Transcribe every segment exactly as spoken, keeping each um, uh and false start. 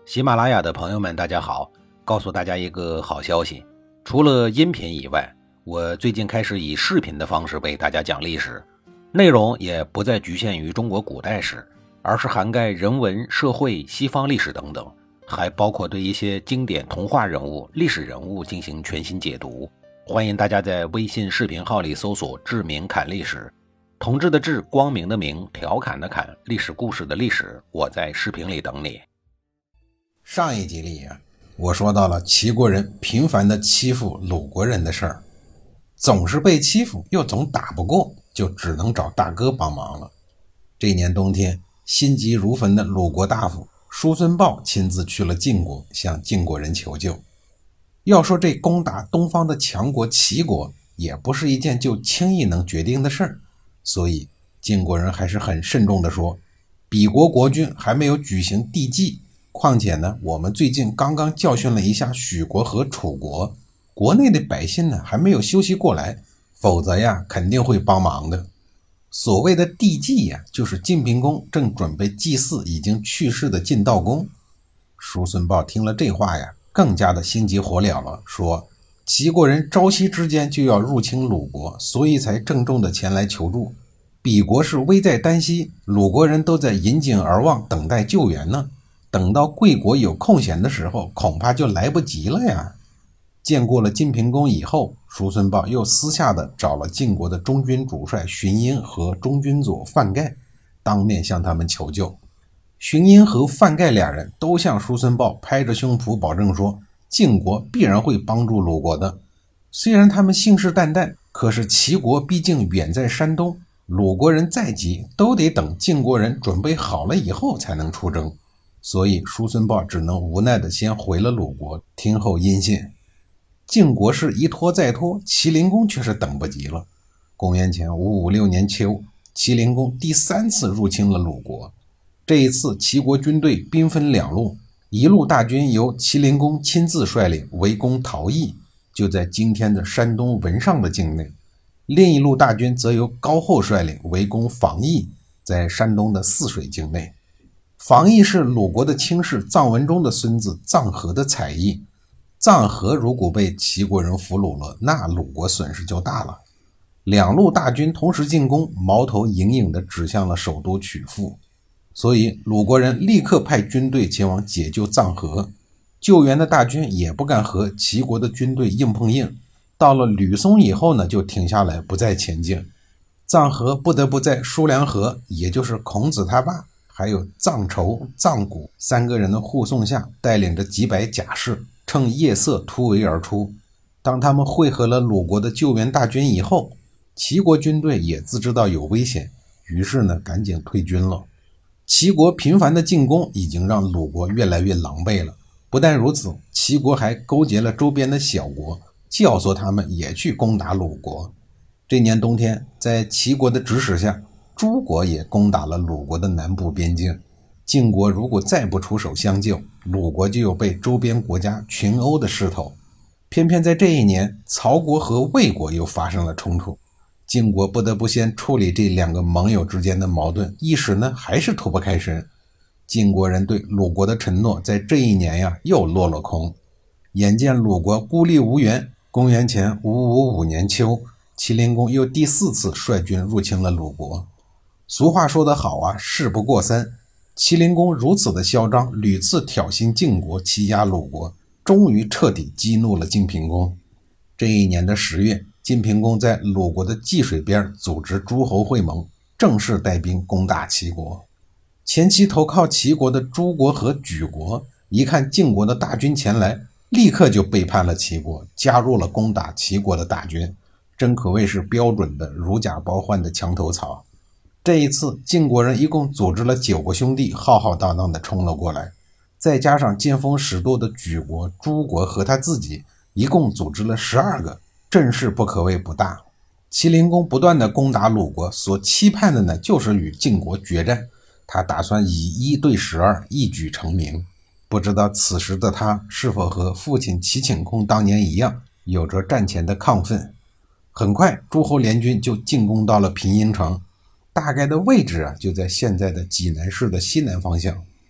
喜马拉雅的朋友们大家好，告诉大家一个好消息，除了音频以外，我最近开始以视频的方式为大家讲历史，内容也不再局限于中国古代史，而是涵盖人文、社会、西方历史等等，还包括对一些经典童话人物、历史人物进行全新解读。欢迎大家在微信视频号里搜索志明侃历史，同志的志，光明的明，调侃的侃，历史故事的历史，我在视频里等你。 上一集里啊，我说到了齐国人频繁的欺负鲁国人的事儿，总是被欺负又总打不过，就只能找大哥帮忙了。这年冬天，心急如焚的鲁国大夫叔孙豹亲自去了晋国，向晋国人求救。要说这攻打东方的强国齐国，也不是一件就轻易能决定的事儿，所以晋国人还是很慎重地说，彼国国君还没有举行帝祭，况且呢，我们最近刚刚教训了一下许国和楚国，国内的百姓呢还没有休息过来，否则呀肯定会帮忙的。所谓的帝祭呀，就是晋平公正准备祭祀已经去世的晋悼公。叔孙豹听了这话呀，更加的心急火燎了，说齐国人朝夕之间就要入侵鲁国，所以才郑重的前来求助。彼国是危在旦夕，鲁国人都在引颈而望，等待救援呢。等到贵国有空闲的时候，恐怕就来不及了呀。见过了晋平公以后，叔孙豹又私下的找了晋国的中军主帅荀寅和中军佐范盖，当面向他们求救。荀寅和范盖俩人都向叔孙豹拍着胸脯保证说，晋国必然会帮助鲁国的。虽然他们信誓旦旦，可是齐国毕竟远在山东，鲁国人再急都得等晋国人准备好了以后才能出征。所以叔孙豹只能无奈的先回了鲁国，听候音信。晋国是一拖再拖，齐灵公却是等不及了。公元前五五六年秋，齐灵公第三次入侵了鲁国。这一次齐国军队兵分两路，一路大军由齐灵公亲自率领围攻陶邑，就在今天的山东文上的境内；另一路大军则由高后率领围攻房邑，在山东的泗水境内。房邑是鲁国的卿士臧文忠的孙子臧和的采邑，臧和如果被齐国人俘虏了，那鲁国损失就大了。两路大军同时进攻，矛头隐隐地指向了首都曲阜，所以鲁国人立刻派军队前往解救臧和。救援的大军也不敢和齐国的军队硬碰硬，到了吕松以后呢，就停下来不再前进。臧和不得不在叔梁纥，也就是孔子他爸，还有臧仇、臧谷三个人的护送下，带领着几百甲士，趁夜色突围而出。当他们会合了鲁国的救援大军以后，齐国军队也自知道有危险，于是呢赶紧退军了。齐国频繁的进攻已经让鲁国越来越狼狈了。不但如此，齐国还勾结了周边的小国，教唆他们也去攻打鲁国。这年冬天，在齐国的指使下，诸国也攻打了鲁国的南部边境。晋国如果再不出手相救，鲁国就有被周边国家群殴的势头。偏偏在这一年，曹国和魏国又发生了冲突，晋国不得不先处理这两个盟友之间的矛盾，一时呢还是脱不开身。晋国人对鲁国的承诺在这一年呀又落了空。眼见鲁国孤立无援，公元前五五五年秋，齐灵公又第四次率军入侵了鲁国。俗话说得好啊，事不过三。齐灵公如此的嚣张，屡次挑衅晋国，欺压鲁国，终于彻底激怒了晋平公。这一年的十月，晋平公在鲁国的济水边组织诸侯会盟，正式带兵攻打齐国。前期投靠齐国的诸国和莒国，一看晋国的大军前来，立刻就背叛了齐国，加入了攻打齐国的大军，真可谓是标准的如假包换的墙头草。这一次晋国人一共组织了九个兄弟，浩浩荡荡地冲了过来，再加上见风使舵的莒国、诸国和他自己，一共组织了十二个，阵势不可谓不大。齐灵公不断地攻打鲁国，所期盼的呢，就是与晋国决战，他打算以一对十二，一举成名。不知道此时的他是否和父亲齐顷公当年一样，有着战前的亢奋。很快诸侯联军就进攻到了平阴城，大概的位置啊就在现在的济南市的西南方向。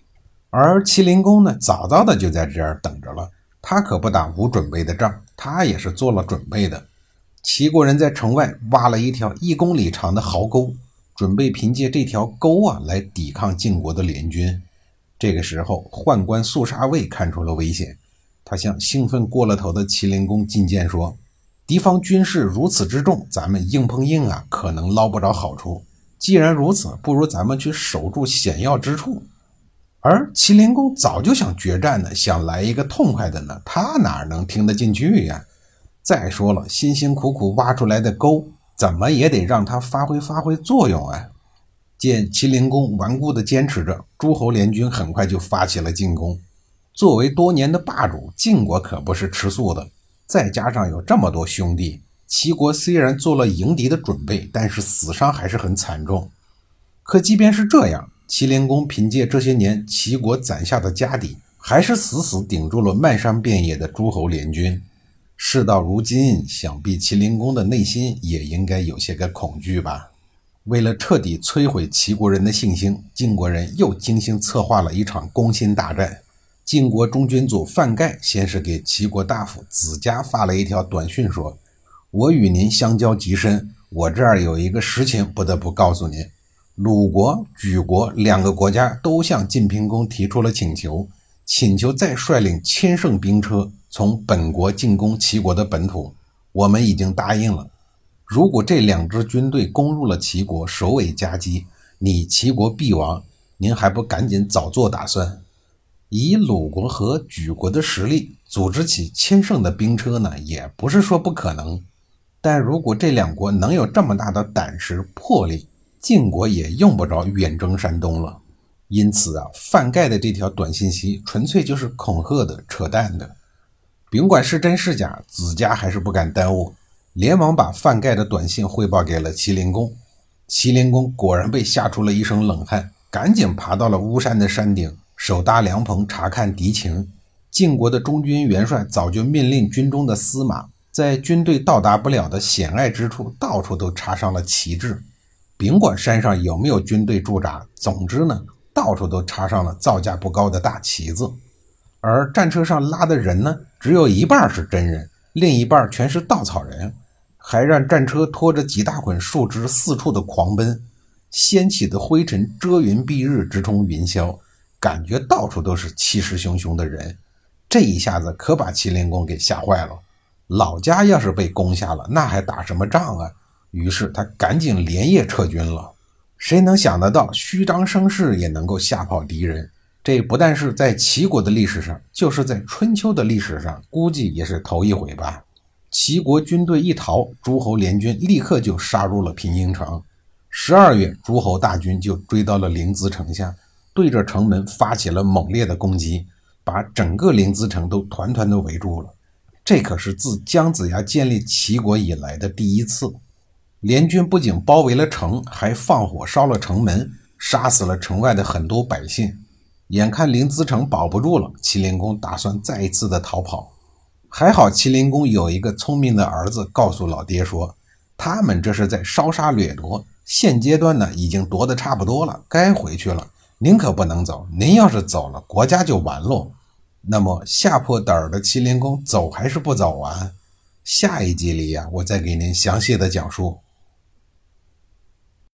而麒麟公呢，早早的就在这儿等着了，他可不打无准备的仗，他也是做了准备的。齐国人在城外挖了一条一公里长的壕沟，准备凭借这条沟啊来抵抗晋国的联军。这个时候，宦官肃杀卫看出了危险，他向兴奋过了头的麒麟公进谏说：敌方军事如此之重，咱们硬碰硬啊，可能捞不着好处。既然如此，不如咱们去守住险要之处。而麒麟公早就想决战呢，想来一个痛快的呢，他哪能听得进去呀？再说了，辛辛苦苦挖出来的沟，怎么也得让它发挥发挥作用啊！见麒麟公顽固地坚持着，诸侯联军很快就发起了进攻。作为多年的霸主，晋国可不是吃素的，再加上有这么多兄弟，齐国虽然做了迎敌的准备，但是死伤还是很惨重。可即便是这样，麒麟公凭借这些年齐国攒下的家底，还是死死顶住了漫山遍野的诸侯联军。事到如今，想必麒麟公的内心也应该有些个恐惧吧。为了彻底摧毁齐国人的信心，晋国人又精心策划了一场攻心大战。晋国中军组范盖先是给齐国大夫子嘉发了一条短讯说：我与您相交极深，我这儿有一个实情不得不告诉您。鲁国、莒国两个国家都向晋平公提出了请求，请求再率领千乘兵车从本国进攻齐国的本土，我们已经答应了。如果这两支军队攻入了齐国，首尾夹击，你齐国必亡，您还不赶紧早做打算？以鲁国和莒国的实力，组织起千乘的兵车呢，也不是说不可能。但如果这两国能有这么大的胆识魄力，晋国也用不着远征山东了。因此啊，范盖的这条短信息纯粹就是恐吓的、扯淡的。甭管是真是假，子嘉还是不敢耽误，连忙把范盖的短信汇报给了麒麟公。麒麟公果然被吓出了一身冷汗，赶紧爬到了巫山的山顶，手搭凉棚查看敌情。晋国的中军元帅早就命令军中的司马，在军队到达不了的险隘之处，到处都插上了旗帜。甭管山上有没有军队驻扎，总之呢，到处都插上了造价不高的大旗子。而战车上拉的人呢，只有一半是真人，另一半全是稻草人，还让战车拖着几大捆树枝四处的狂奔，掀起的灰尘遮云蔽日，直冲云霄，感觉到处都是气势汹汹的人。这一下子可把麒麟公给吓坏了，老家要是被攻下了，那还打什么仗啊？于是他赶紧连夜撤军了。谁能想得到虚张声势也能够吓跑敌人，这不但是在齐国的历史上，就是在春秋的历史上估计也是头一回吧。齐国军队一逃，诸侯联军立刻就杀入了平阴城。十二月，诸侯大军就追到了临淄城下，对着城门发起了猛烈的攻击，把整个临淄城都团团的围住了。这可是自姜子牙建立齐国以来的第一次。联军不仅包围了城，还放火烧了城门，杀死了城外的很多百姓。眼看临淄城保不住了，麒麟公打算再一次的逃跑。还好麒麟公有一个聪明的儿子，告诉老爹说，他们这是在烧杀掠夺，现阶段呢已经夺得差不多了，该回去了，您可不能走，您要是走了，国家就完喽。那么吓破胆儿的麒麟公走还是不走完？下一集里呀、啊，我再给您详细的讲述。